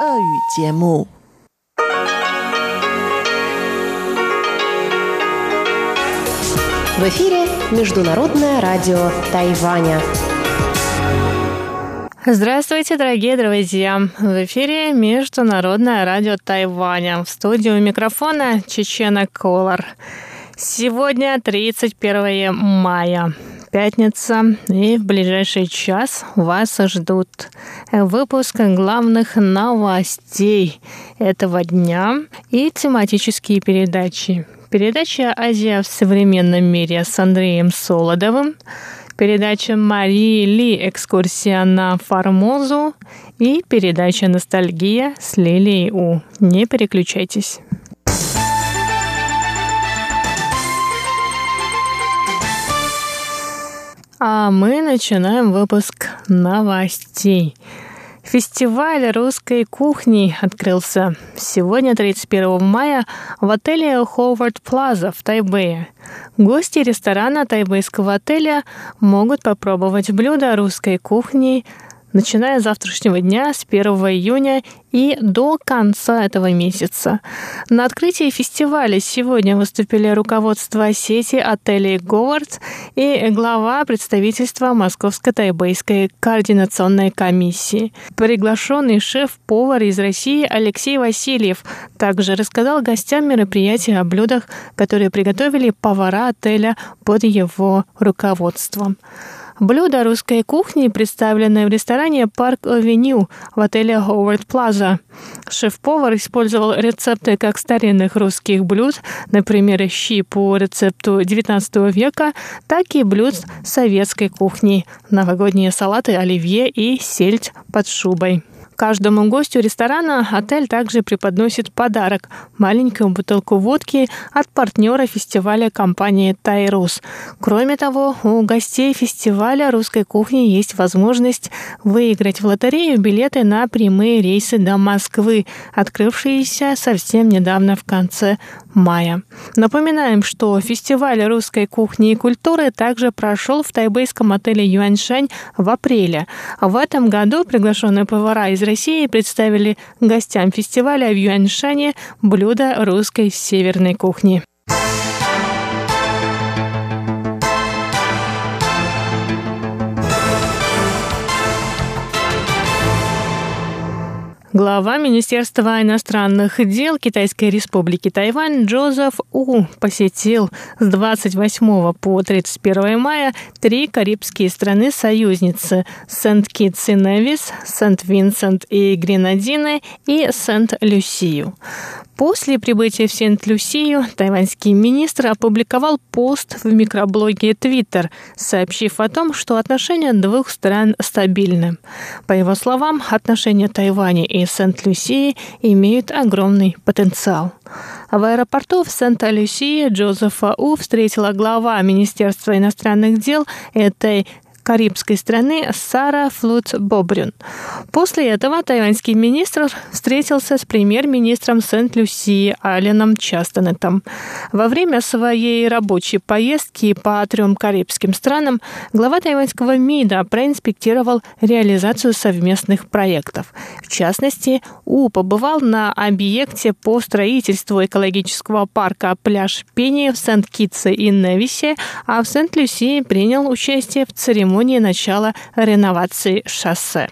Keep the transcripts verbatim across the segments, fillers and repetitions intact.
俄语节目。 В эфире Международное радио Тайваня. Здравствуйте, дорогие друзья! В эфире Международное радио Тайваня. В студии у микрофона Чечена Колор. Сегодня тридцать первое мая, пятница, и в ближайший час вас ждут выпуск главных новостей этого дня и тематические передачи. Передача «Азия в современном мире» с Андреем Солодовым, передача Марии Ли «Экскурсия на Формозу» и передача «Ностальгия» с Лилией У. Не переключайтесь. А мы начинаем выпуск новостей. Фестиваль русской кухни открылся сегодня, тридцать первого мая, в отеле Ховард Плаза в Тайбэе. Гости ресторана тайбэйского отеля могут попробовать блюда русской кухни, начиная с завтрашнего дня, с первого июня и до конца этого месяца. На открытии фестиваля сегодня выступили руководство сети отелей «Говард» и глава представительства Московско-Тайбэйской координационной комиссии. Приглашенный шеф-повар из России Алексей Васильев также рассказал гостям мероприятия о блюдах, которые приготовили повара отеля под его руководством. Блюда русской кухни представлены в ресторане «Парк-Авеню» в отеле «Ховард Плаза». Шеф-повар использовал рецепты как старинных русских блюд, например, щи по рецепту девятнадцатого века, так и блюд советской кухни, новогодние салаты оливье и сельдь под шубой. Каждому гостю ресторана отель также преподносит подарок – маленькую бутылку водки от партнера фестиваля компании «Тайрус». Кроме того, у гостей фестиваля русской кухни есть возможность выиграть в лотерею билеты на прямые рейсы до Москвы, открывшиеся совсем недавно в конце мая. Напоминаем, что фестиваль русской кухни и культуры также прошел в тайбэйском отеле «Юаньшань» в апреле. В этом году приглашенные повара из России представили гостям фестиваля в Юаньшане блюда русской северной кухни. Глава Министерства иностранных дел Китайской республики Тайвань Джозеф У посетил с двадцать восьмого по тридцать первое мая три карибские страны-союзницы – Сент-Китс и Невис, Сент-Винсент и Гренадины и Сент-Люсию. После прибытия в Сент-Люсию тайваньский министр опубликовал пост в микроблоге Twitter, сообщив о том, что отношения двух стран стабильны. По его словам, отношения Тайваня и Сент-Люсии имеют огромный потенциал. В аэропорту в Сент-Люсии Джозефа У встретила глава Министерства иностранных дел этой карибской страны Сара Флут Бобрюн. После этого тайваньский министр встретился с премьер-министром Сент-Люсии Аленом Частонетом. Во время своей рабочей поездки по трем карибским странам глава тайваньского МИДа проинспектировал реализацию совместных проектов. В частности, У побывал на объекте по строительству экологического парка «Пляж Пени» в Сент-Китсе и Невисе, а в Сент-Люсии принял участие в церемонии начала реновации шоссе.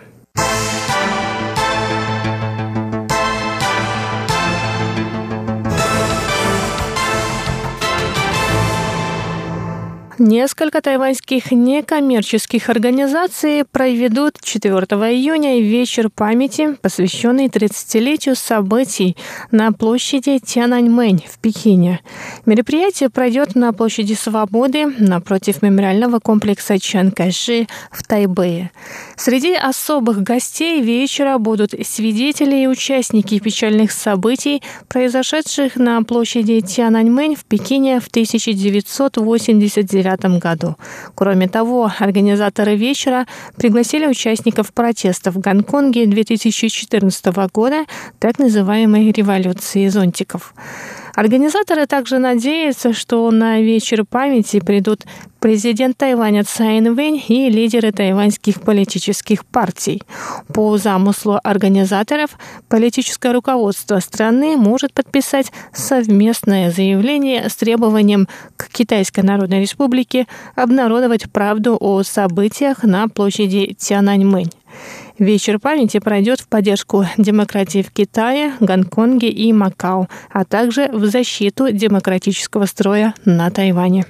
Несколько тайваньских некоммерческих организаций проведут четвёртого июня вечер памяти, посвященный тридцатилетию событий на площади Тяньаньмэнь в Пекине. Мероприятие пройдет на площади Свободы напротив мемориального комплекса Чан Кайши в Тайбэе. Среди особых гостей вечера будут свидетели и участники печальных событий, произошедших на площади Тяньаньмэнь в Пекине в тысяча девятьсот восемьдесят девятом году. Кроме того, организаторы вечера пригласили участников протестов в Гонконге две тысячи четырнадцатого года, так называемой революции зонтиков. Организаторы также надеются, что на вечер памяти придут президент Тайваня Цай Инвэнь и лидеры тайваньских политических партий. По замыслу организаторов, политическое руководство страны может подписать совместное заявление с требованием к Китайской Народной Республике обнародовать правду о событиях на площади Тяньаньмэнь. Вечер памяти пройдет в поддержку демократии в Китае, Гонконге и Макао, а также в защиту демократического строя на Тайване.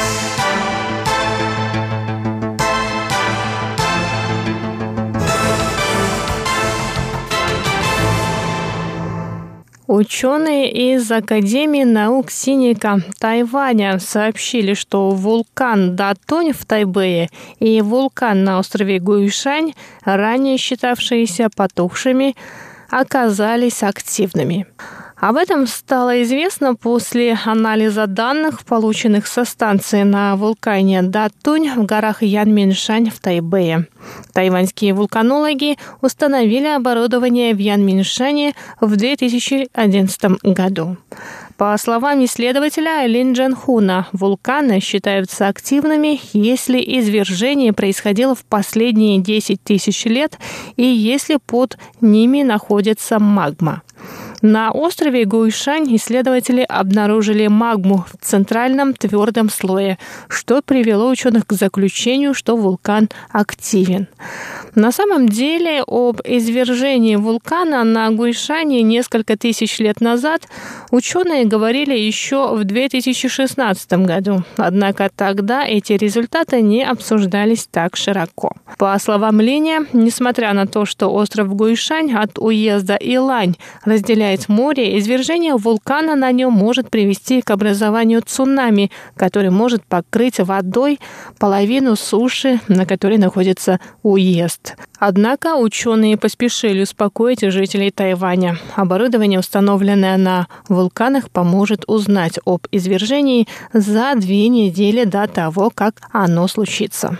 Ученые из Академии наук Синька Тайваня сообщили, что вулкан Датунь в Тайбэе и вулкан на острове Гуйшань, ранее считавшиеся потухшими, оказались активными. Об этом стало известно после анализа данных, полученных со станции на вулкане Датунь в горах Янминшань в Тайбэе. Тайваньские вулканологи установили оборудование в Янминшане в две тысячи одиннадцатом году. По словам исследователя Лин Джанхуна, вулканы считаются активными, если извержение происходило в последние десять тысяч лет и если под ними находится магма. На острове Гуйшань исследователи обнаружили магму в центральном твердом слое, что привело ученых к заключению, что вулкан активен. На самом деле, об извержении вулкана на Гуйшане несколько тысяч лет назад ученые говорили еще в две тысячи шестнадцатом году, однако тогда эти результаты не обсуждались так широко. По словам Линя, несмотря на то, что остров Гуйшань от уезда Илань разделяет море, извержение вулкана на нем может привести к образованию цунами, который может покрыть водой половину суши, на которой находится уезд. Однако ученые поспешили успокоить жителей Тайваня. Оборудование, установленное на вулканах, поможет узнать об извержении за две недели до того, как оно случится.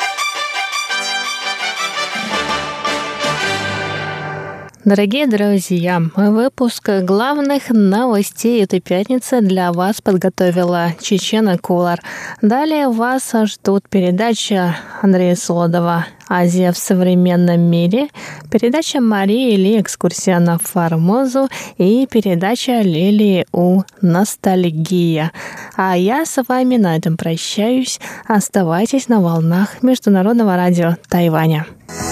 Дорогие друзья, выпуск главных новостей этой пятницы для вас подготовила Чечена Кулар. Далее вас ждут передача Андрея Солодова «Азия в современном мире», передача Марии Ли «Экскурсия на Формозу» и передача Лилии У «Ностальгия». А я с вами на этом прощаюсь. Оставайтесь на волнах Международного радио Тайваня.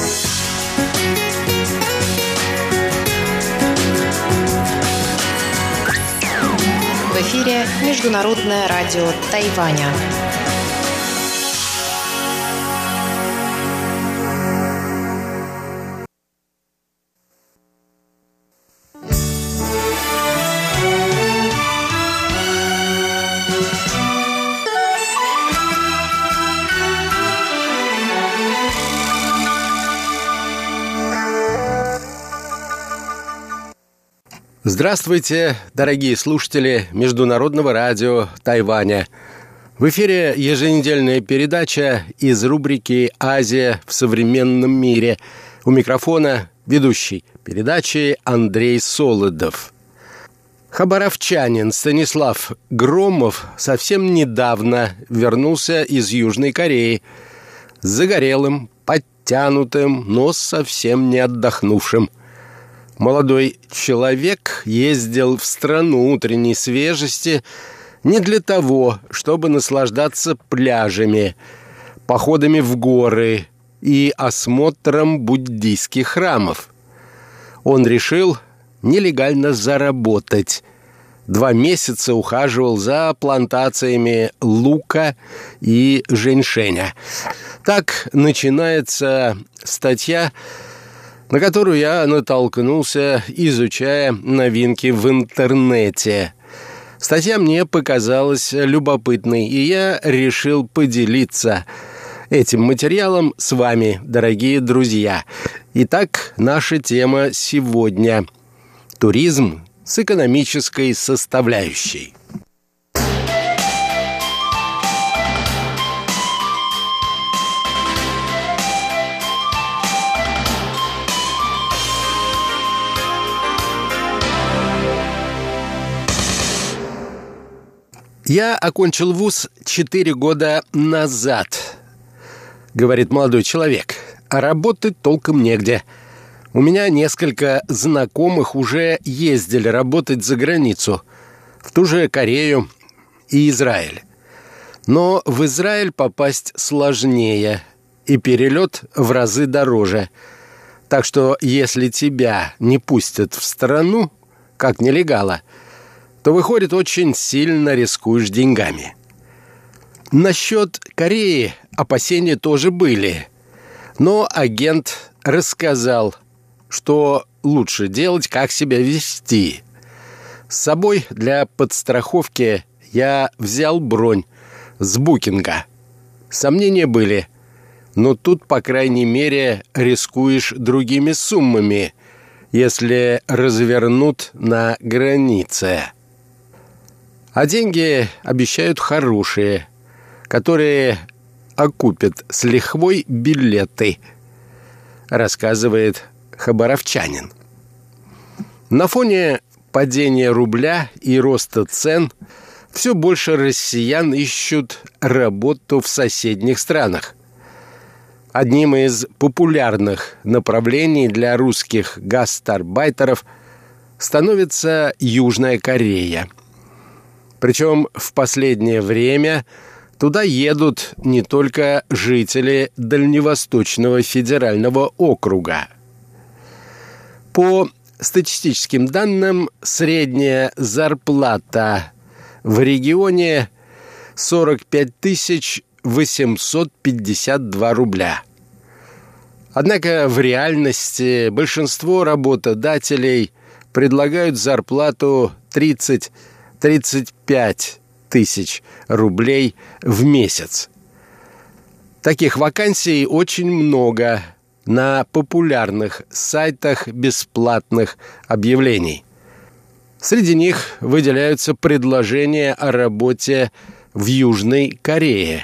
В эфире Международное радио Тайваня. Здравствуйте, дорогие слушатели Международного радио Тайваня. В эфире еженедельная передача из рубрики «Азия в современном мире». У микрофона ведущий передачи Андрей Солодов. Хабаровчанин Станислав Громов совсем недавно вернулся из Южной Кореи с загорелым, подтянутым, но совсем не отдохнувшим. Молодой человек ездил в страну утренней свежести не для того, чтобы наслаждаться пляжами, походами в горы и осмотром буддийских храмов. Он решил нелегально заработать. Два месяца ухаживал за плантациями лука и женьшеня. Так начинается статья, на которую я натолкнулся, изучая новинки в интернете. Статья мне показалась любопытной, и я решил поделиться этим материалом с вами, дорогие друзья. Итак, наша тема сегодня – туризм с экономической составляющей. «Я окончил вуз четыре года назад», — говорит молодой человек, «а работать толком негде. У меня несколько знакомых уже ездили работать за границу, в ту же Корею и Израиль. Но в Израиль попасть сложнее, и перелет в разы дороже. Так что если тебя не пустят в страну, как нелегала, то, выходит, очень сильно рискуешь деньгами». Насчет Кореи опасения тоже были, но агент рассказал, что лучше делать, как себя вести. С собой для подстраховки я взял бронь с букинга. Сомнения были, но тут, по крайней мере, рискуешь другими суммами, если развернут на границе. А деньги обещают хорошие, которые окупят с лихвой билеты, рассказывает хабаровчанин. На фоне падения рубля и роста цен все больше россиян ищут работу в соседних странах. Одним из популярных направлений для русских гастарбайтеров становится Южная Корея. Причем в последнее время туда едут не только жители Дальневосточного федерального округа. По статистическим данным, средняя зарплата в регионе сорок пять тысяч восемьсот пятьдесят два рубля. Однако в реальности большинство работодателей предлагают зарплату тридцать-тридцать пять тысяч рублей в месяц. Таких вакансий очень много на популярных сайтах бесплатных объявлений. Среди них выделяются предложения о работе в Южной Корее.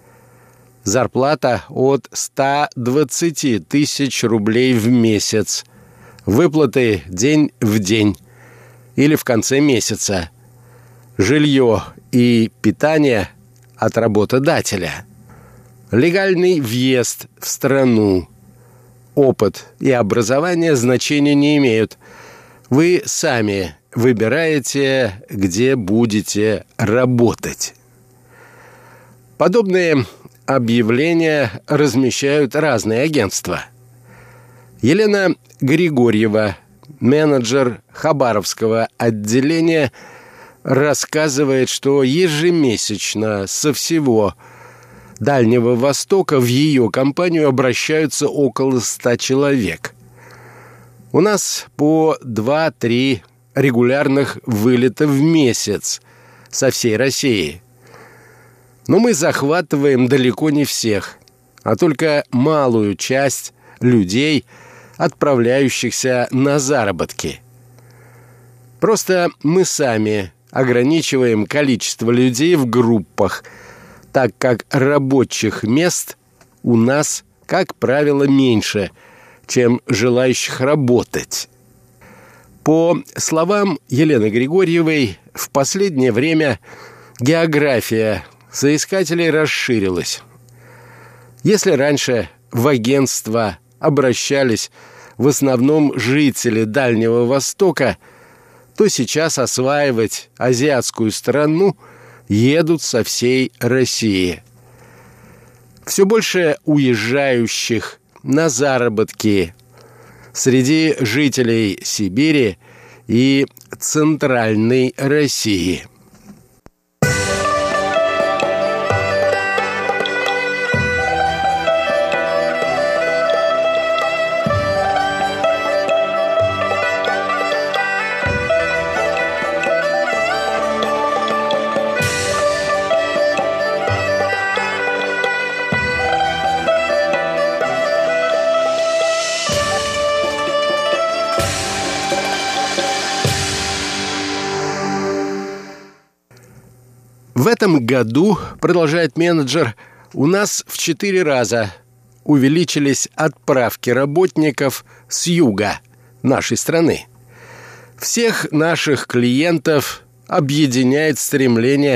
Зарплата от ста двадцати тысяч рублей в месяц. Выплаты день в день или в конце месяца. Жилье и питание от работодателя. Легальный въезд в страну. Опыт и образование значения не имеют. Вы сами выбираете, где будете работать. Подобные объявления размещают разные агентства. Елена Григорьева, менеджер Хабаровского отделения, рассказывает, что ежемесячно со всего Дальнего Востока в ее компанию обращаются около ста человек. У нас по два-три регулярных вылета в месяц со всей России. Но мы захватываем далеко не всех, а только малую часть людей, отправляющихся на заработки. Просто мы сами ограничиваем количество людей в группах, так как рабочих мест у нас, как правило, меньше, чем желающих работать. По словам Елены Григорьевой, в последнее время география соискателей расширилась. Если раньше в агентство обращались в основном жители Дальнего Востока, то сейчас осваивать азиатскую страну едут со всей России. Все больше уезжающих на заработки среди жителей Сибири и Центральной России. В этом году, продолжает менеджер, у нас в четыре раза увеличились отправки работников с юга нашей страны. Всех наших клиентов объединяет стремление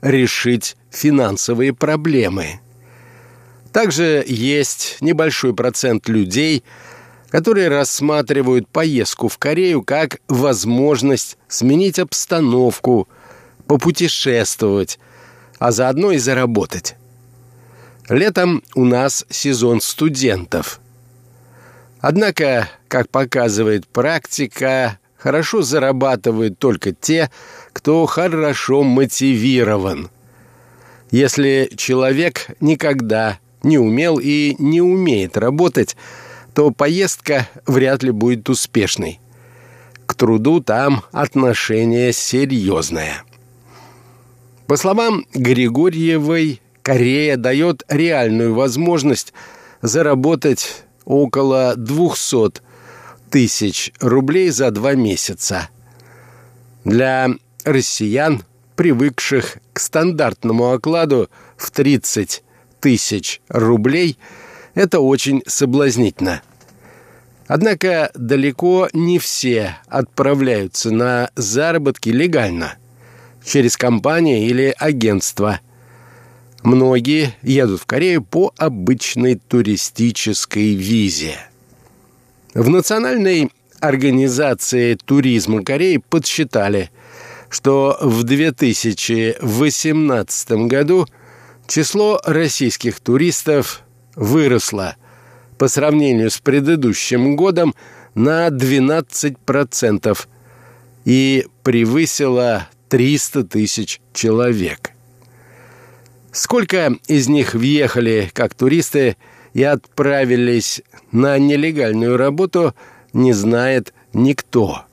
решить финансовые проблемы. Также есть небольшой процент людей, которые рассматривают поездку в Корею как возможность сменить обстановку, попутешествовать, а заодно и заработать. Летом у нас сезон студентов. Однако, как показывает практика, хорошо зарабатывают только те, кто хорошо мотивирован. Если человек никогда не умел и не умеет работать, то поездка вряд ли будет успешной. К труду там отношение серьезное. По словам Григорьевой, Корея дает реальную возможность заработать около двухсот тысяч рублей за два месяца. Для россиян, привыкших к стандартному окладу в тридцать тысяч рублей, это очень соблазнительно. Однако далеко не все отправляются на заработки легально, через компании или агентства. Многие едут в Корею по обычной туристической визе. В Национальной организации туризма Кореи подсчитали, что в две тысячи восемнадцатом году число российских туристов выросло по сравнению с предыдущим годом на двенадцать процентов и превысило триста тысяч человек. Сколько из них въехали как туристы и отправились на нелегальную работу, не знает никто.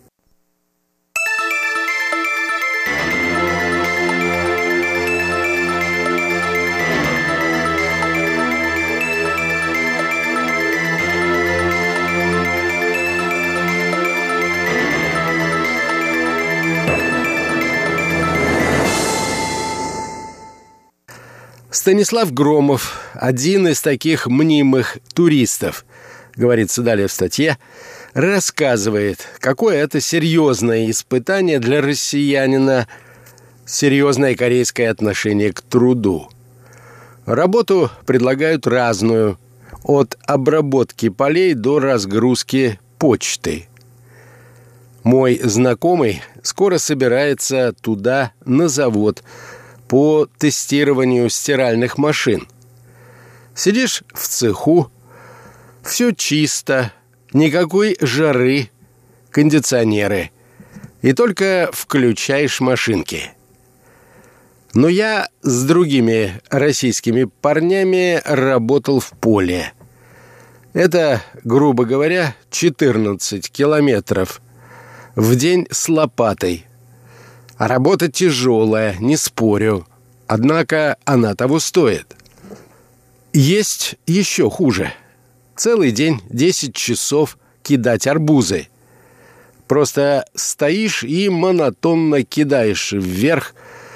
Станислав Громов, один из таких мнимых туристов, говорится далее в статье, рассказывает, какое это серьезное испытание для россиянина, серьезное корейское отношение к труду. Работу предлагают разную, от обработки полей до разгрузки почты. Мой знакомый скоро собирается туда, на завод, по тестированию стиральных машин. Сидишь в цеху, все чисто, никакой жары, кондиционеры, и только включаешь машинки. Но я с другими российскими парнями работал в поле. Это, грубо говоря, четырнадцать километров в день с лопатой. А работа тяжелая, не спорю. Однако она того стоит. Есть еще хуже. Целый день, десять часов кидать арбузы. Просто стоишь и монотонно кидаешь вверх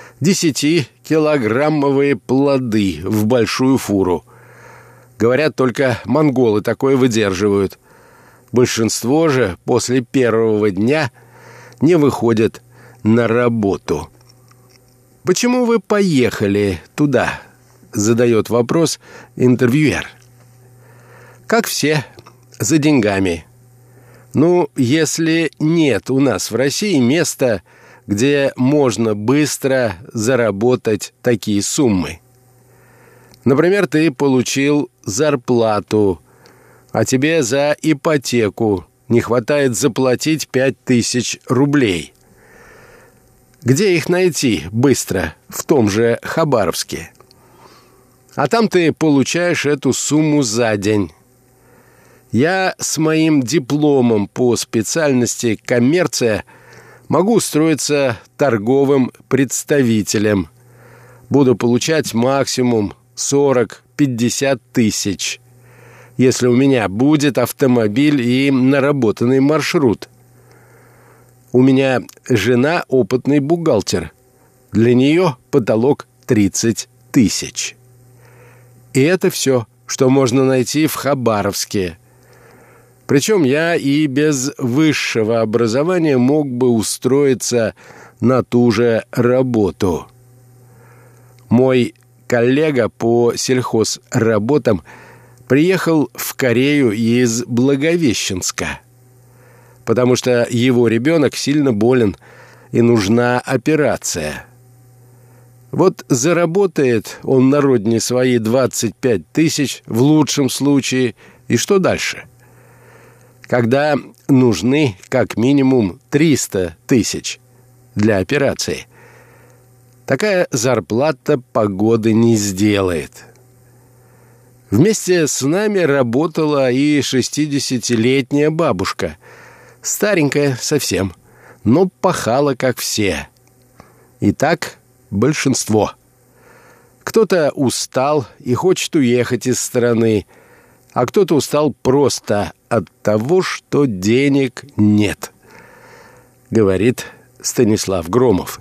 десятикилограммовые плоды в большую фуру. Говорят, только монголы такое выдерживают. Большинство же после первого дня не выходят на работу. «Почему вы поехали туда?» — задает вопрос интервьюер. «Как все, за деньгами. Ну, если нет у нас в России места, где можно быстро заработать такие суммы. Например, ты получил зарплату, а тебе за ипотеку не хватает заплатить пять тысяч рублей. Где их найти быстро? В том же Хабаровске. А там ты получаешь эту сумму за день. Я с моим дипломом по специальности коммерция могу устроиться торговым представителем. Буду получать максимум сорок-пятьдесят тысяч, если у меня будет автомобиль и наработанный маршрут. У меня жена опытный бухгалтер. Для нее потолок тридцать тысяч. И это все, что можно найти в Хабаровске. Причем я и без высшего образования мог бы устроиться на ту же работу. Мой коллега по сельхозработам приехал в Корею из Благовещенска, потому что его ребенок сильно болен и нужна операция. Вот заработает он на родине свои двадцать пять тысяч в лучшем случае, и что дальше? Когда нужны как минимум триста тысяч для операции. Такая зарплата погоды не сделает. Вместе с нами работала и шестидесятилетняя бабушка, старенькая совсем, но пахала как все. И так большинство. Кто-то устал и хочет уехать из страны, а кто-то устал просто от того, что денег нет, говорит Станислав Громов.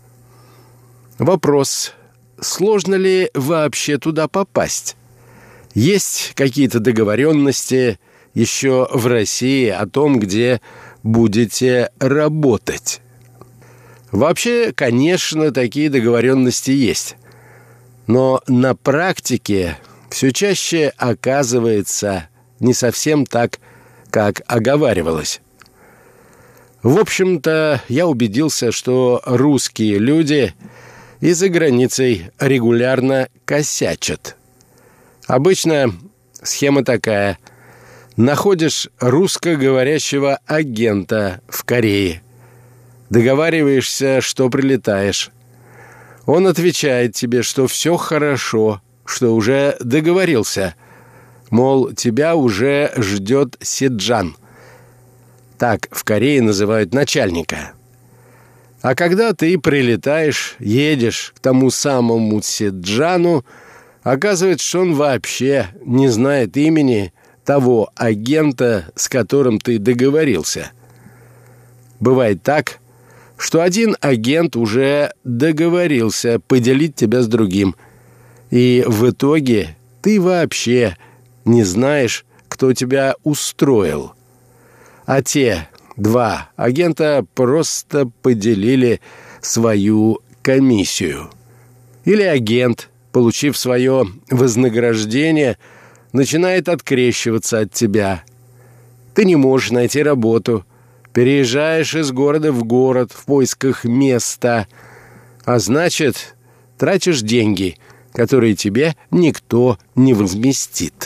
Вопрос: сложно ли вообще туда попасть? Есть какие-то договоренности еще в России о том, где будете работать? Вообще, конечно, такие договоренности есть. Но на практике все чаще оказывается не совсем так, как оговаривалось. В общем-то, я убедился, что русские люди и за границей регулярно косячат. Обычно схема такая: находишь русскоговорящего агента в Корее, договариваешься, что прилетаешь. Он отвечает тебе, что все хорошо, что уже договорился. Мол, тебя уже ждет Сиджан. Так в Корее называют начальника. А когда ты прилетаешь, едешь к тому самому Сиджану, оказывается, что он вообще не знает имени того агента, с которым ты договорился. Бывает так, что один агент уже договорился поделить тебя с другим, и в итоге ты вообще не знаешь, кто тебя устроил. А те два агента просто поделили свою комиссию. Или агент, получив свое вознаграждение, начинает открещиваться от тебя. Ты не можешь найти работу, переезжаешь из города в город в поисках места, а значит, тратишь деньги, которые тебе никто не возместит.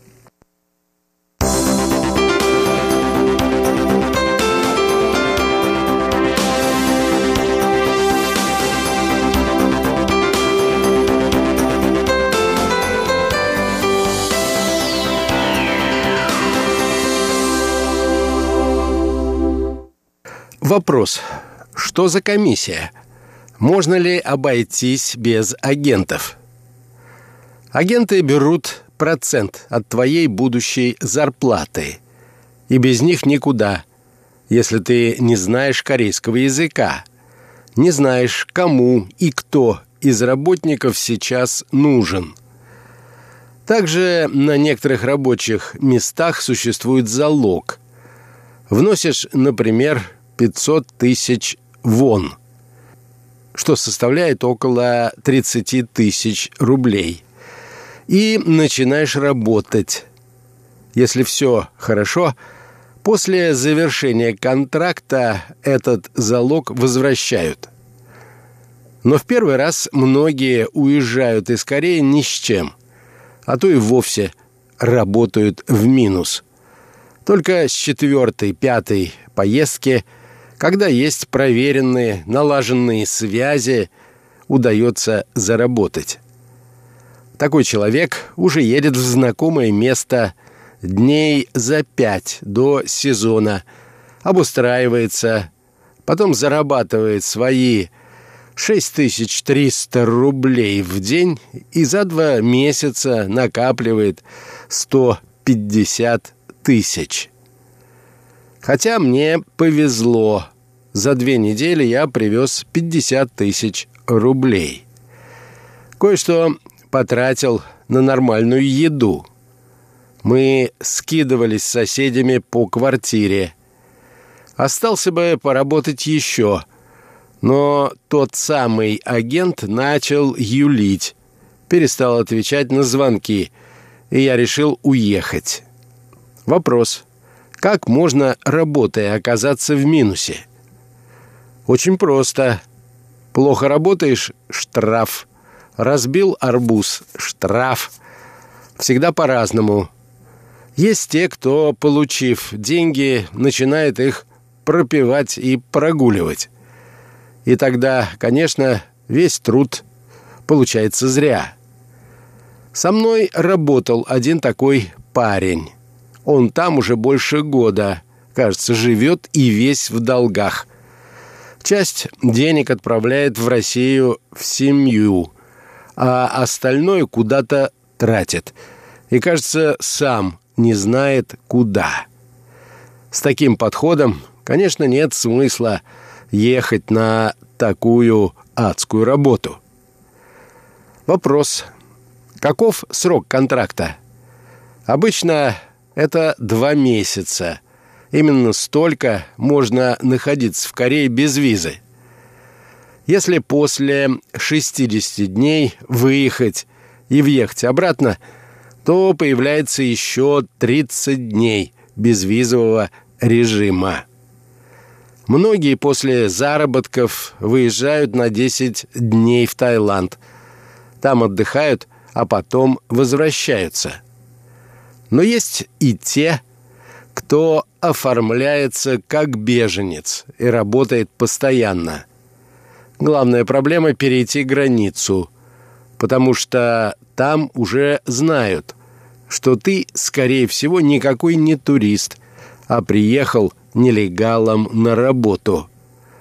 Вопрос: что за комиссия? Можно ли обойтись без агентов? Агенты берут процент от твоей будущей зарплаты, и без них никуда, если ты не знаешь корейского языка, не знаешь, кому и кто из работников сейчас нужен. Также на некоторых рабочих местах существует залог. Вносишь, например, пятьсот тысяч вон, что составляет около тридцать тысяч рублей, и начинаешь работать. Если все хорошо, после завершения контракта этот залог возвращают. Но в первый раз многие уезжают из Кореи ни с чем, а то и вовсе работают в минус. Только с четвертой, пятой поездки, когда есть проверенные, налаженные связи, удается заработать. Такой человек уже едет в знакомое место дней за пять до сезона, обустраивается, потом зарабатывает свои шесть тысяч триста рублей в день и за два месяца накапливает сто пятьдесят тысяч. Хотя мне повезло. За две недели я привез пятьдесят тысяч рублей. Кое-что потратил на нормальную еду. Мы скидывались с соседями по квартире. Остался бы поработать еще, Но тот самый агент начал юлить, перестал отвечать на звонки, и я решил уехать. Вопрос: как можно, работая, оказаться в минусе? Очень просто. Плохо работаешь – штраф. Разбил арбуз – штраф. Всегда по-разному. Есть те, кто, получив деньги, начинает их пропивать и прогуливать. И тогда, конечно, весь труд получается зря. Со мной работал один такой парень. Он там уже больше года, кажется, живет и весь в долгах. Часть денег отправляет в Россию в семью, а остальное куда-то тратит. И, кажется, сам не знает, куда. С таким подходом, конечно, нет смысла ехать на такую адскую работу. Вопрос: каков срок контракта? Обычно это два месяца. Именно столько можно находиться в Корее без визы. Если после шестидесяти дней выехать и въехать обратно, то появляется еще тридцать дней безвизового режима. Многие после заработков выезжают на десять дней в Таиланд. Там отдыхают, а потом возвращаются. Но есть и те, кто оформляется как беженец и работает постоянно. Главная проблема – перейти границу, потому что там уже знают, что ты, скорее всего, никакой не турист, а приехал нелегалом на работу.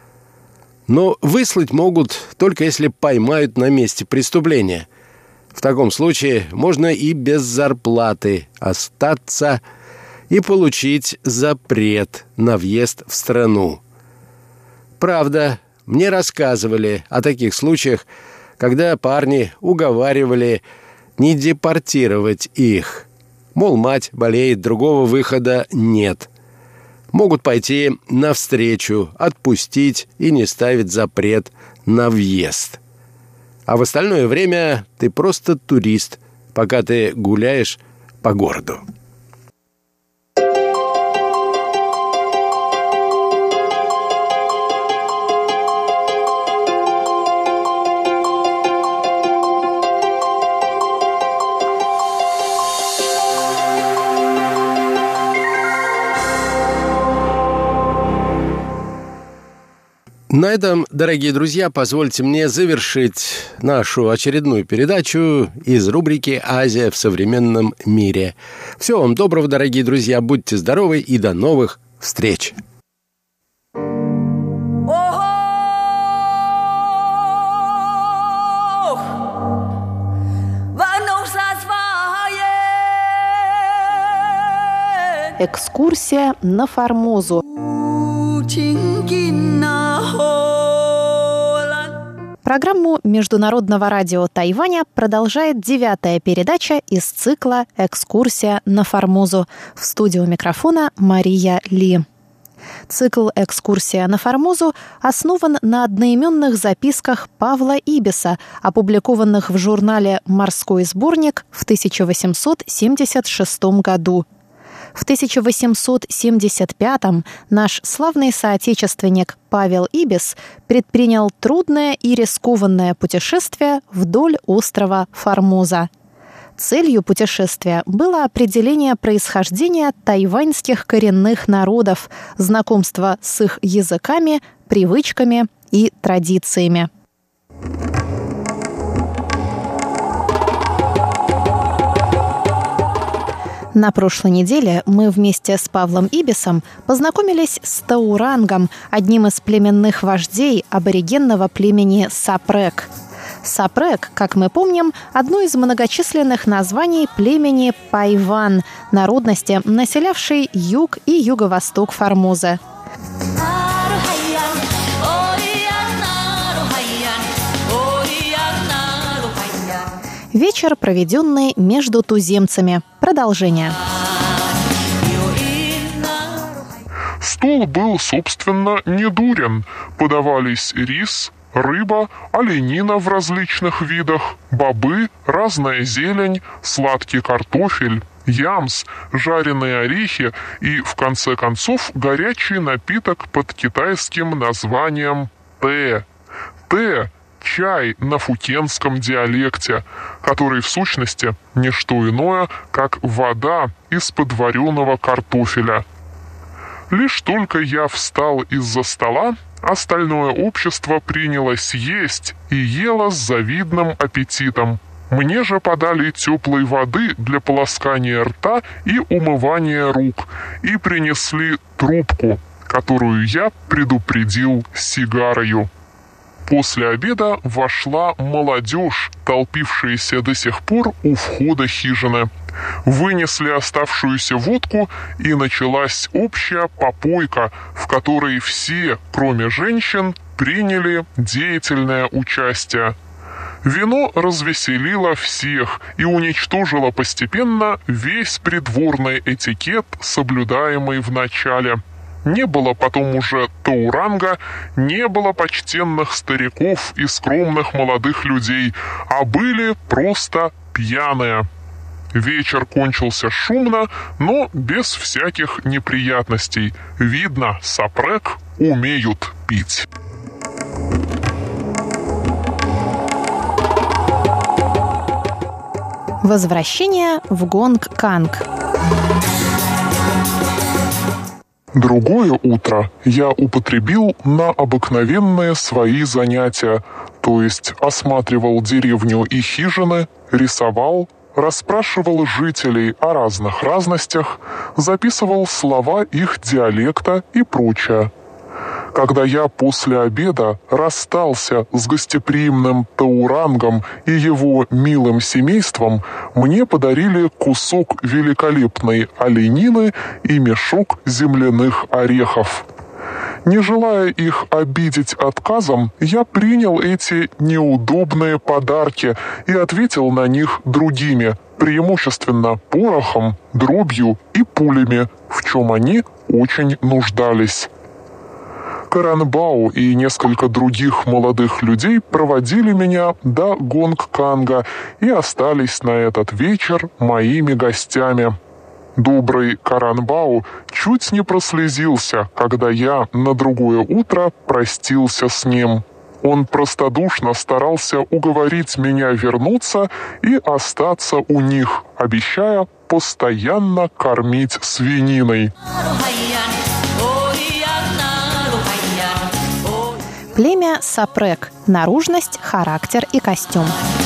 Но выслать могут только если поймают на месте преступления. В таком случае можно и без зарплаты остаться и получить запрет на въезд в страну. Правда, мне рассказывали о таких случаях, когда парни уговаривали не депортировать их. Мол, мать болеет, другого выхода нет. Могут пойти навстречу, отпустить и не ставить запрет на въезд. А в остальное время ты просто турист, пока ты гуляешь по городу. На этом, дорогие друзья, позвольте мне завершить нашу очередную передачу из рубрики «Азия в современном мире». Всего вам доброго, дорогие друзья, будьте здоровы и до новых встреч! Экскурсия на Формозу. Программу Международного радио Тайваня продолжает девятая передача из цикла «Экскурсия на Формозу». В студии у микрофона Мария Ли. Цикл «Экскурсия на Формозу» основан на одноименных записках Павла Ибиса, опубликованных в журнале «Морской сборник» в тысяча восемьсот семьдесят шестом году. В тысяча восемьсот семьдесят пятом наш славный соотечественник Павел Ибис предпринял трудное и рискованное путешествие вдоль острова Формоза. Целью путешествия было определение происхождения тайваньских коренных народов, знакомство с их языками, привычками и традициями. На прошлой неделе мы вместе с Павлом Ибисом познакомились с Таурангом, одним из племенных вождей аборигенного племени Сапрек. Сапрек, как мы помним, одно из многочисленных названий племени Пайван, народности, населявшей юг и юго-восток Формозы. Вечер, проведенный между туземцами. Продолжение. Стол был, собственно, недурен. Подавались рис, рыба, оленина в различных видах, бобы, разная зелень, сладкий картофель, ямс, жареные орехи и, в конце концов, горячий напиток под китайским названием «тэ». «Тэ» — чай на фукенском диалекте, который в сущности не что иное, как вода из-под вареного картофеля. Лишь только я встал из-за стола, остальное общество принялось есть и ело с завидным аппетитом. Мне же подали теплой воды для полоскания рта и умывания рук и принесли трубку, которую я предупредил сигарою. После обеда вошла молодежь, толпившаяся до сих пор у входа хижины. Вынесли оставшуюся водку, и началась общая попойка, в которой все, кроме женщин, приняли деятельное участие. Вино развеселило всех и уничтожило постепенно весь придворный этикет, соблюдаемый в начале. Не было потом уже тауранга, не было почтенных стариков и скромных молодых людей, а были просто пьяные. Вечер кончился шумно, но без всяких неприятностей. Видно, сапрек умеют пить. Возвращение в Гонг-Канг. Другое утро я употребил на обыкновенные свои занятия, то есть осматривал деревню и хижины, рисовал, расспрашивал жителей о разных разностях, записывал слова их диалекта и прочее. Когда я после обеда расстался с гостеприимным таурангом и его милым семейством, мне подарили кусок великолепной оленины и мешок земляных орехов. Не желая их обидеть отказом, я принял эти неудобные подарки и ответил на них другими, преимущественно порохом, дробью и пулями, в чем они очень нуждались. Каранбау и несколько других молодых людей проводили меня до Гонг-Канга и остались на этот вечер моими гостями. Добрый Каранбау чуть не прослезился, когда я на другое утро простился с ним. Он простодушно старался уговорить меня вернуться и остаться у них, обещая постоянно кормить свининой. Племя сапрек. Наружность, характер и костюм.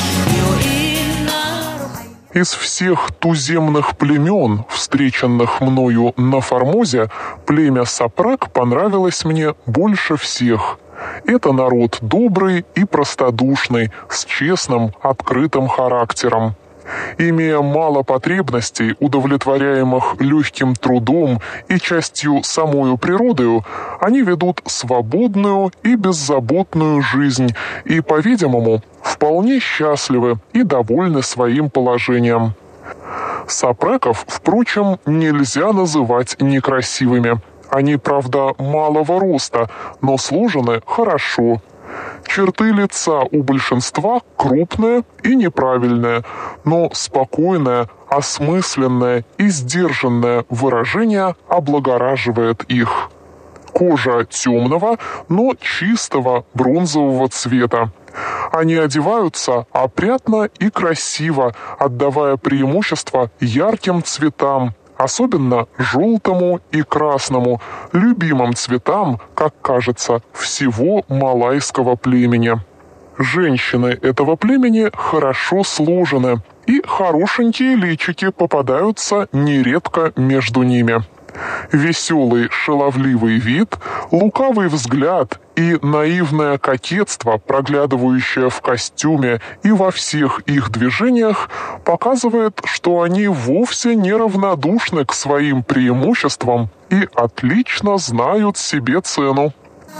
Из всех туземных племен, встреченных мною на Формозе, племя сапрек понравилось мне больше всех. Это народ добрый и простодушный, с честным, открытым характером. Имея мало потребностей, удовлетворяемых легким трудом и частью самою природою, они ведут свободную и беззаботную жизнь и, по-видимому, вполне счастливы и довольны своим положением. Сапреков, впрочем, нельзя называть некрасивыми. Они, правда, малого роста, но сложены хорошо. Черты лица у большинства крупные и неправильные, но спокойное, осмысленное и сдержанное выражение облагораживает их. Кожа темного, но чистого бронзового цвета. Они одеваются опрятно и красиво, отдавая преимущество ярким цветам, особенно желтому и красному, любимым цветам, как кажется, всего малайского племени. Женщины этого племени хорошо сложены, и хорошенькие личики попадаются нередко между ними. Веселый, шаловливый вид, лукавый взгляд и наивное кокетство, проглядывающее в костюме и во всех их движениях, показывает, что они вовсе не равнодушны к своим преимуществам и отлично знают себе цену.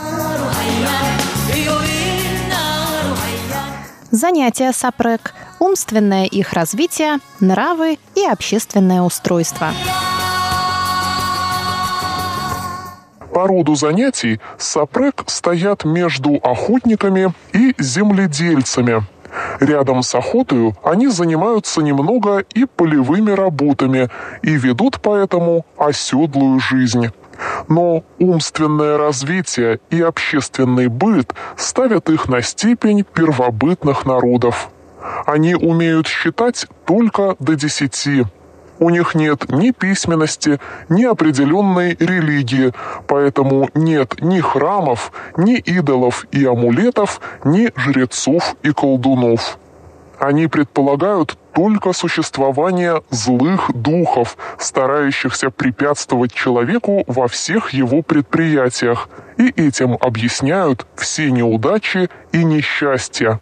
Занятия сапрек, умственное их развитие, нравы и общественное устройство. По роду занятий сапрек стоят между охотниками и земледельцами. Рядом с охотой они занимаются немного и полевыми работами и ведут поэтому оседлую жизнь. Но умственное развитие и общественный быт ставят их на степень первобытных народов. Они умеют считать только до десяти. У них нет ни письменности, ни определенной религии, поэтому нет ни храмов, ни идолов и амулетов, ни жрецов и колдунов. Они предполагают только существование злых духов, старающихся препятствовать человеку во всех его предприятиях, и этим объясняют все неудачи и несчастья.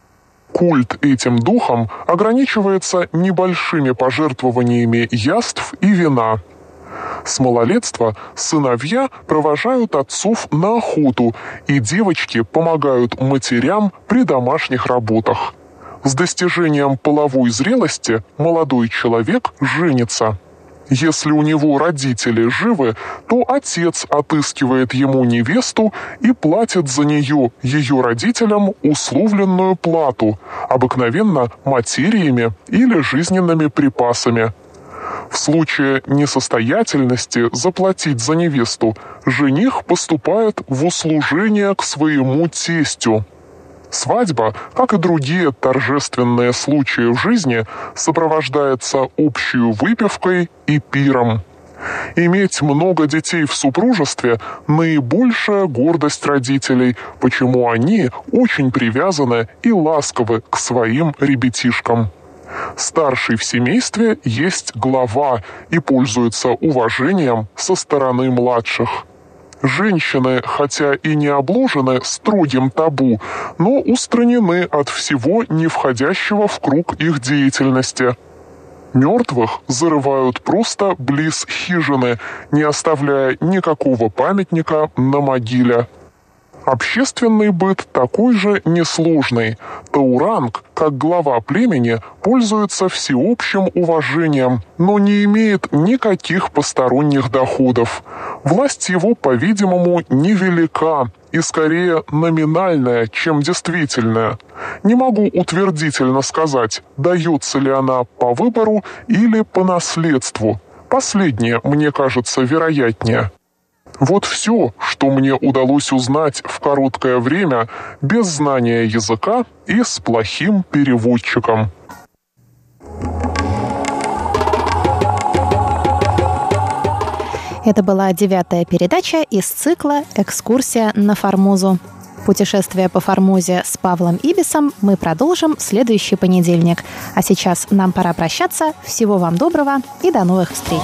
Культ этим духам ограничивается небольшими пожертвованиями яств и вина. С малолетства сыновья провожают отцов на охоту, и девочки помогают матерям при домашних работах. С достижением половой зрелости молодой человек женится. Если у него родители живы, то отец отыскивает ему невесту и платит за нее, ее родителям, условленную плату, обыкновенно материями или жизненными припасами. В случае несостоятельности заплатить за невесту, жених поступает в услужение к своему тестю. Свадьба, как и другие торжественные случаи в жизни, сопровождается общей выпивкой и пиром. Иметь много детей в супружестве – наибольшая гордость родителей, почему они очень привязаны и ласковы к своим ребятишкам. Старший в семействе есть глава и пользуется уважением со стороны младших. Женщины, хотя и не обложены строгим табу, но устранены от всего, не входящего в круг их деятельности. Мертвых зарывают просто близ хижины, не оставляя никакого памятника на могиле. Общественный быт такой же несложный. Тауранг, как глава племени, пользуется всеобщим уважением, но не имеет никаких посторонних доходов. Власть его, по-видимому, невелика и скорее номинальная, чем действительная. Не могу утвердительно сказать, дается ли она по выбору или по наследству. Последнее, мне кажется, вероятнее. Вот все, что мне удалось узнать в короткое время без знания языка и с плохим переводчиком. Это была девятая передача из цикла «Экскурсия на Формозу». Путешествие по Формозе с Павлом Ибисом мы продолжим в следующий понедельник. А сейчас нам пора прощаться. Всего вам доброго и до новых встреч.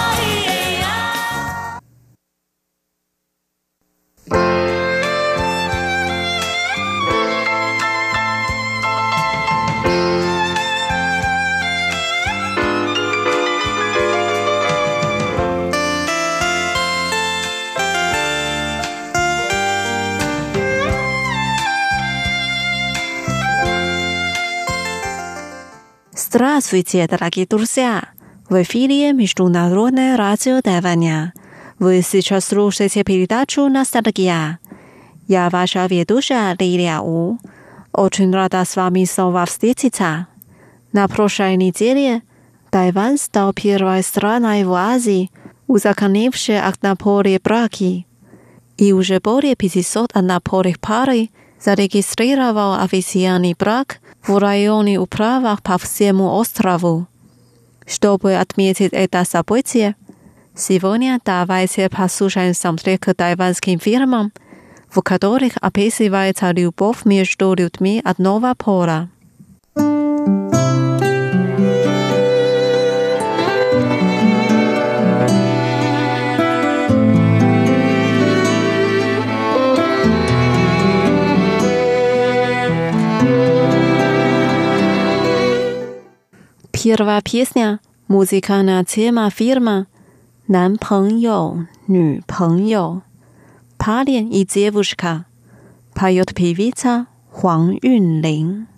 Здравствуйте, дорогие друзья! В эфире Международное радио Тайваня. Вы сейчас слушаете передачу «Ностальгия». Я ваша ведущая Лилия У. Очень рада с вами снова встретиться. На прошлой неделе Тайвань стал первой страной в Азии, узаконившей однополые браки. И уже более пятисот однополых парой зарегистрировал официальный брак в районе управах по всему острову. Чтобы отметить это событие, сегодня давайте послушаем саундтрек тайванским фильмам, в которых описывается любовь между людьми одного пола. Первая песня – музыкальная тема фильма «男朋友, 女朋友» «Парень и девушка» поет певица Хуан Юнлин.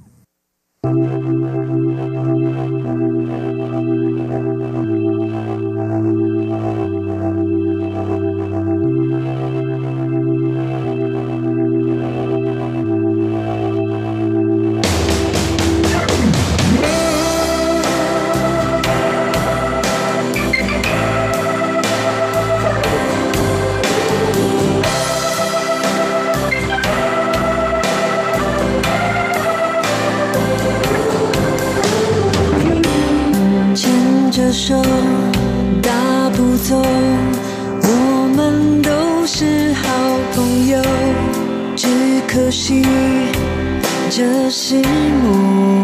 手大步走，我们都是好朋友，只可惜这是梦。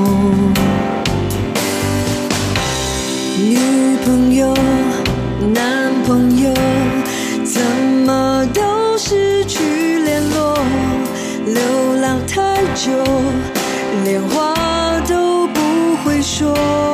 女朋友男朋友怎么都失去联络，流浪太久连话都不会说，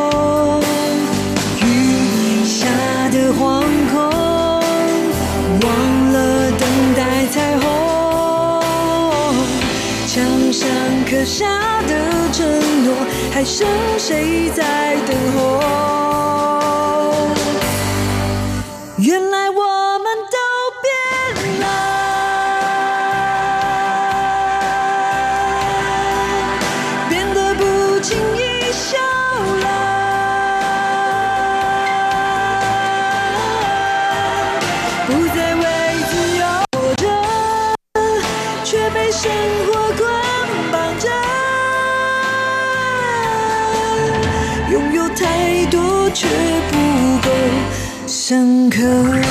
雨下的惶恐，忘了等待彩虹，墙上刻下的承诺，还剩谁在等候？原来我们都变了，变得不轻易笑了，不再为自由活着，却被生活捆绑着，拥有太多却不够深刻。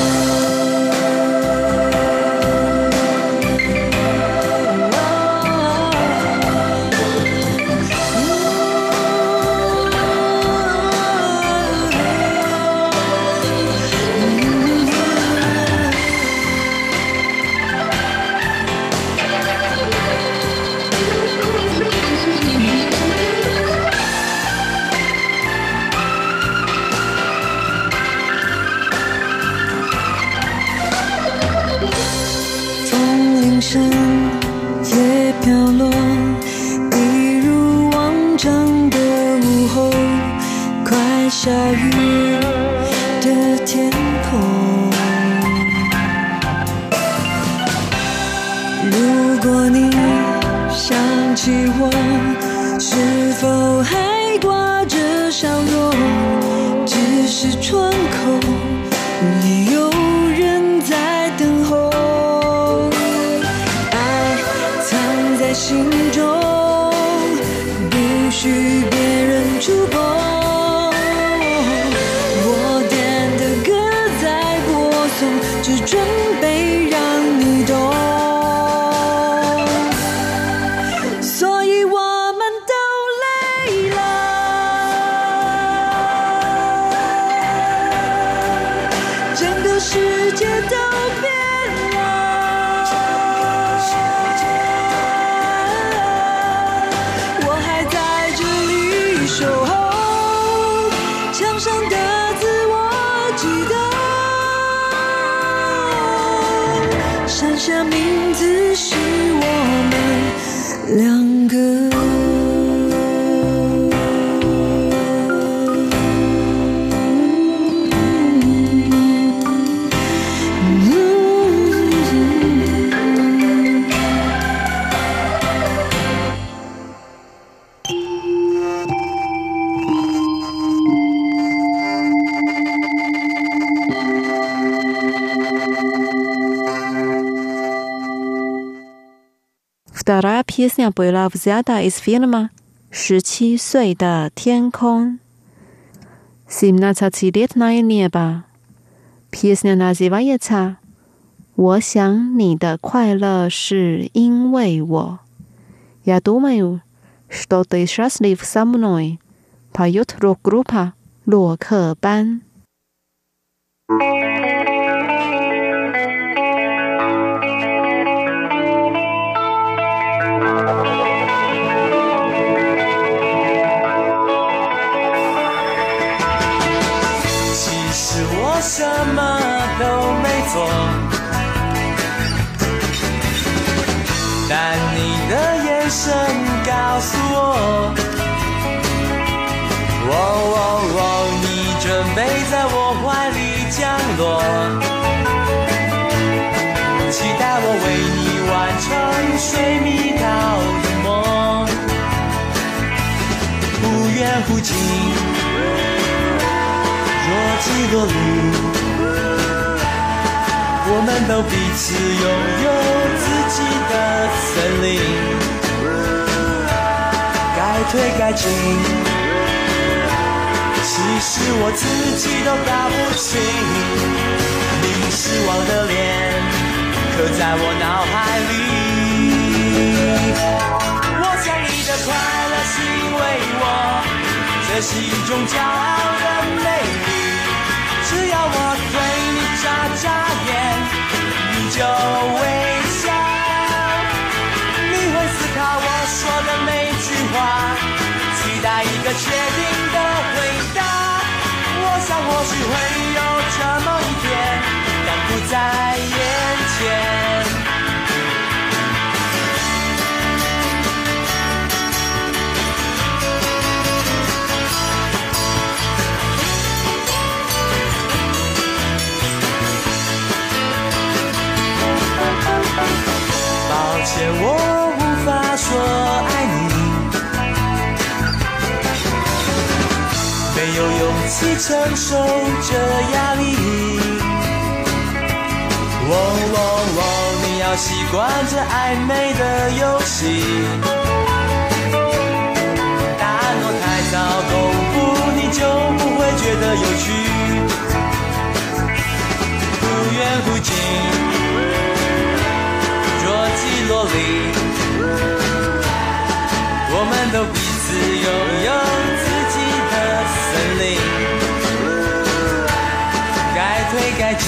也飘落，一如往常的午后，快下雨的天空。如果你想起我，是否还挂着笑容？只是窗口也有人在等候。心中不许别人触碰，我点的歌在播送，只准备让你懂，所以我们都累了，整个世界都变了。守候墙上的字我记得，闪下名字是我们两个。 Вторая песня была взята из фильма «十七岁的天空» «семнадцатилетнее небо». Песня называется «我想你的快乐是因为我». Я думаю, что ты счастлив со мной. Поет рок-группа洛克班。 我什么都没做，但你的眼神告诉我，哦哦哦，你准备在我怀里降落，期待我为你完成水蜜桃的梦，忽远忽近，若即若离，我们都彼此拥有自己的森林，该退该进，是其实我自己都搞不清，你失望的脸刻在我脑海里。我想你的快乐是因为我，这是一种骄傲的魅力。只要我对你眨眨眼，你就微笑，你会思考我说的每句话，期待一个确定的回答。我想或许会有这么一天，但不在眼前。抱歉，我无法说爱你，没有勇气承受这压力。哦哦哦，你要习惯这暧昧的游戏。答案若太早公布，你就不会觉得有趣。忽远忽近，若即若离，我们都彼此拥有自己的森林，该退该进，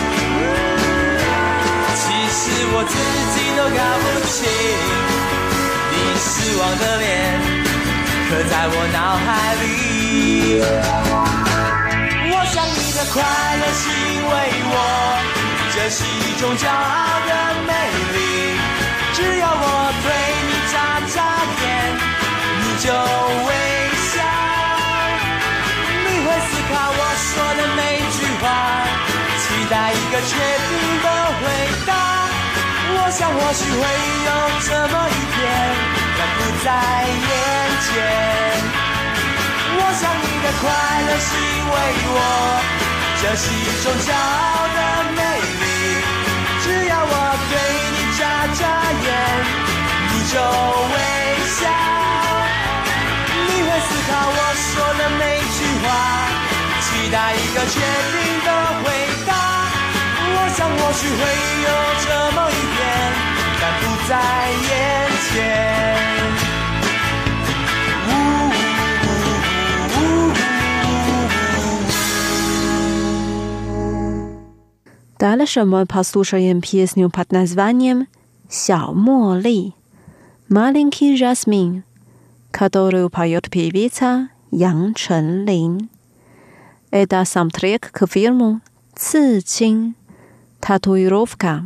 其实我自己都搞不清，你失望的脸刻在我脑海里。我想你的快乐是因为我，这是一种骄傲的魅力。只要我对你眨眨眼，你就微笑，你会思考我说的每句话，期待一个确定的回答。我想或许会有这么一天，但不在眼前。我想你的快乐是因为我，这是一种骄傲的魅力。只要我对你眨眨眼，你就微笑，你会思考我说的每句话，期待一个确定的回答。我想或许会有这么一天，但不在眼前。 Дальше мы послушаем песню под названием «Ся Мо Ли» «Маленький жасмин», которую поет певица Ян Чэнлин. Это саундтрек к фильму «Ци Чин» «Татуировка».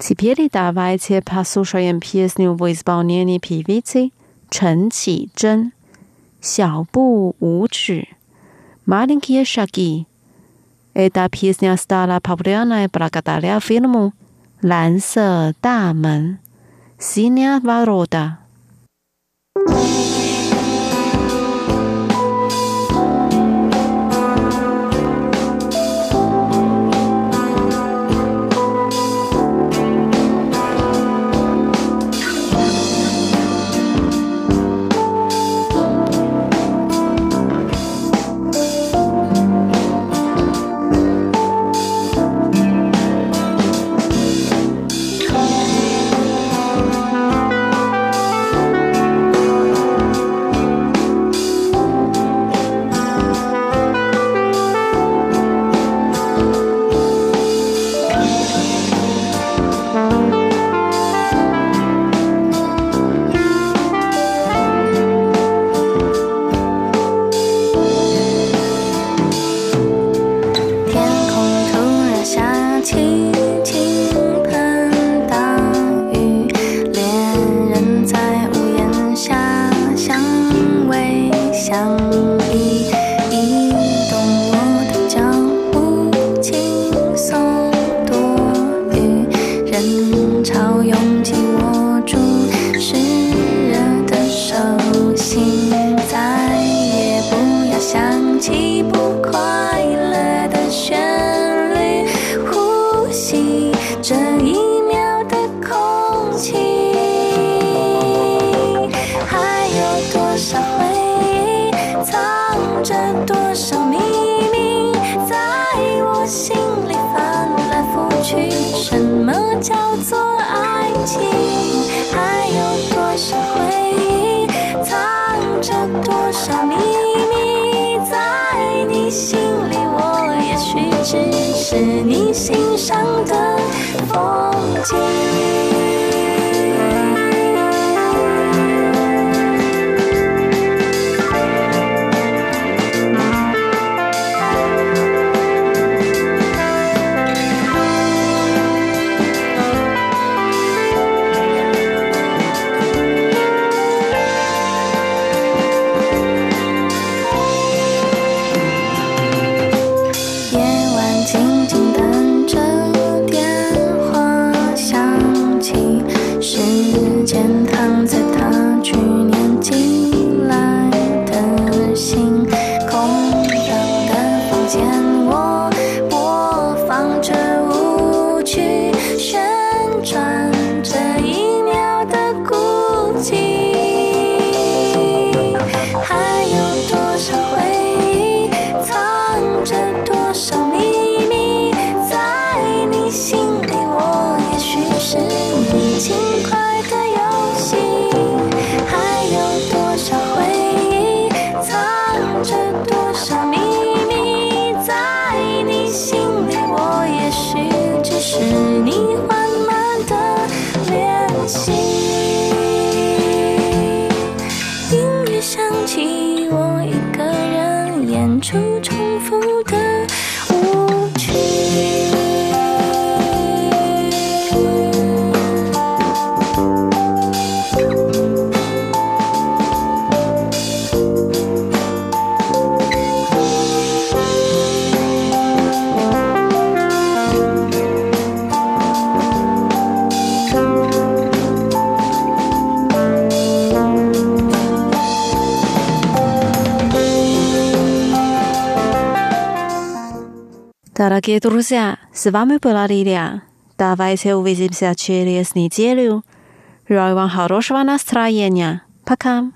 Теперь давайте послушаем песню в исполнении певицы Чен Qizhen «小步舞指» «Маленькие шаги». Эта песня стала популярной благодаря фильму «蓝色大门» «Синяя ворота». Дорогие друзья, с вами была Лилия. Давайте увидимся через неделю. Желаю вам хорошего настроения. Пока.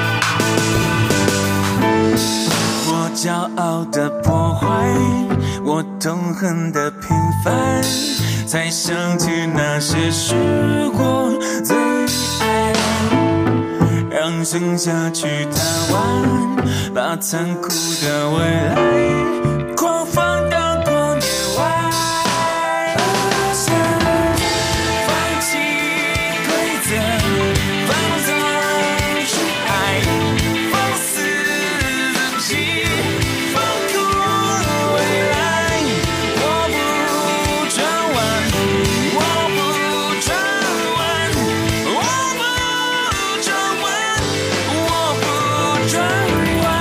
骄傲的破坏，我我痛恨的平凡，才想起那些时过最爱，让剩下去贪玩，把残酷的未来狂放到光年外。不想放弃规则，放纵去爱，放肆自己，放酷未来。我不转弯，我不转弯，我不转弯，我不转弯。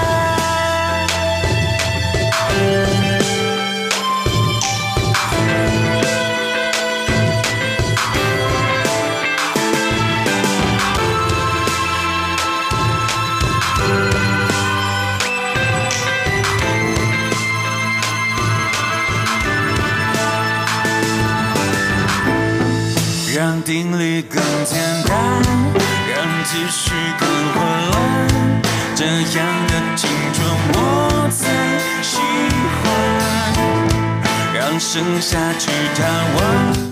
让定律更简单，让秩序更混乱，这样的青春我才喜欢，让剩下去贪玩。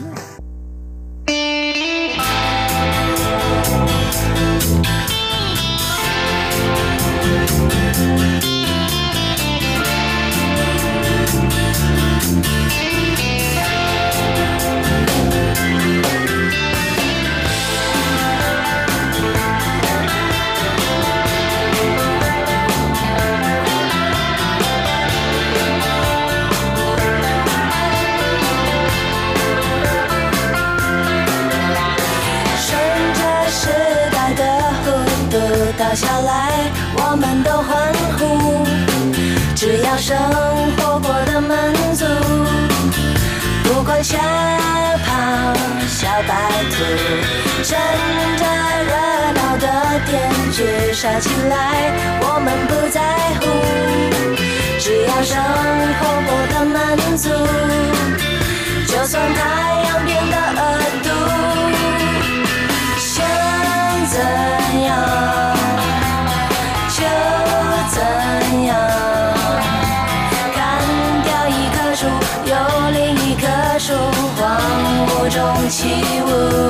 倒下来，我们都欢呼，只要生活过得满足，不管小跑小白兔，趁着热闹的点缀杀起来，我们不在乎，只要生活过得满足，就算太阳变得恶毒，想怎样就怎样，砍掉一棵树，有另一棵树，荒芜中起舞。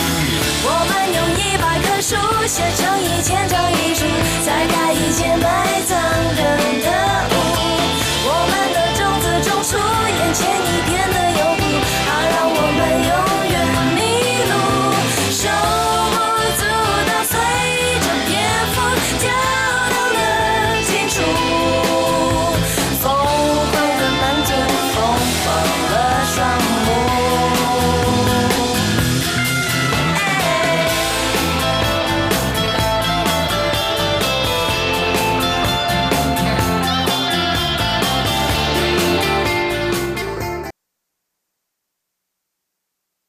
我们用一百棵树写成一千张遗书，再盖一千百